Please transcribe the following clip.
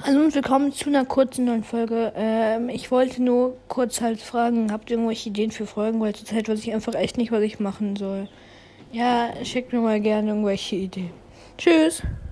Hallo und willkommen zu einer kurzen neuen Folge. Ich wollte nur kurz halt fragen, habt ihr irgendwelche Ideen für Folgen? Weil zurzeit weiß ich einfach echt nicht, was ich machen soll. Ja, schickt mir mal gerne irgendwelche Ideen. Tschüss!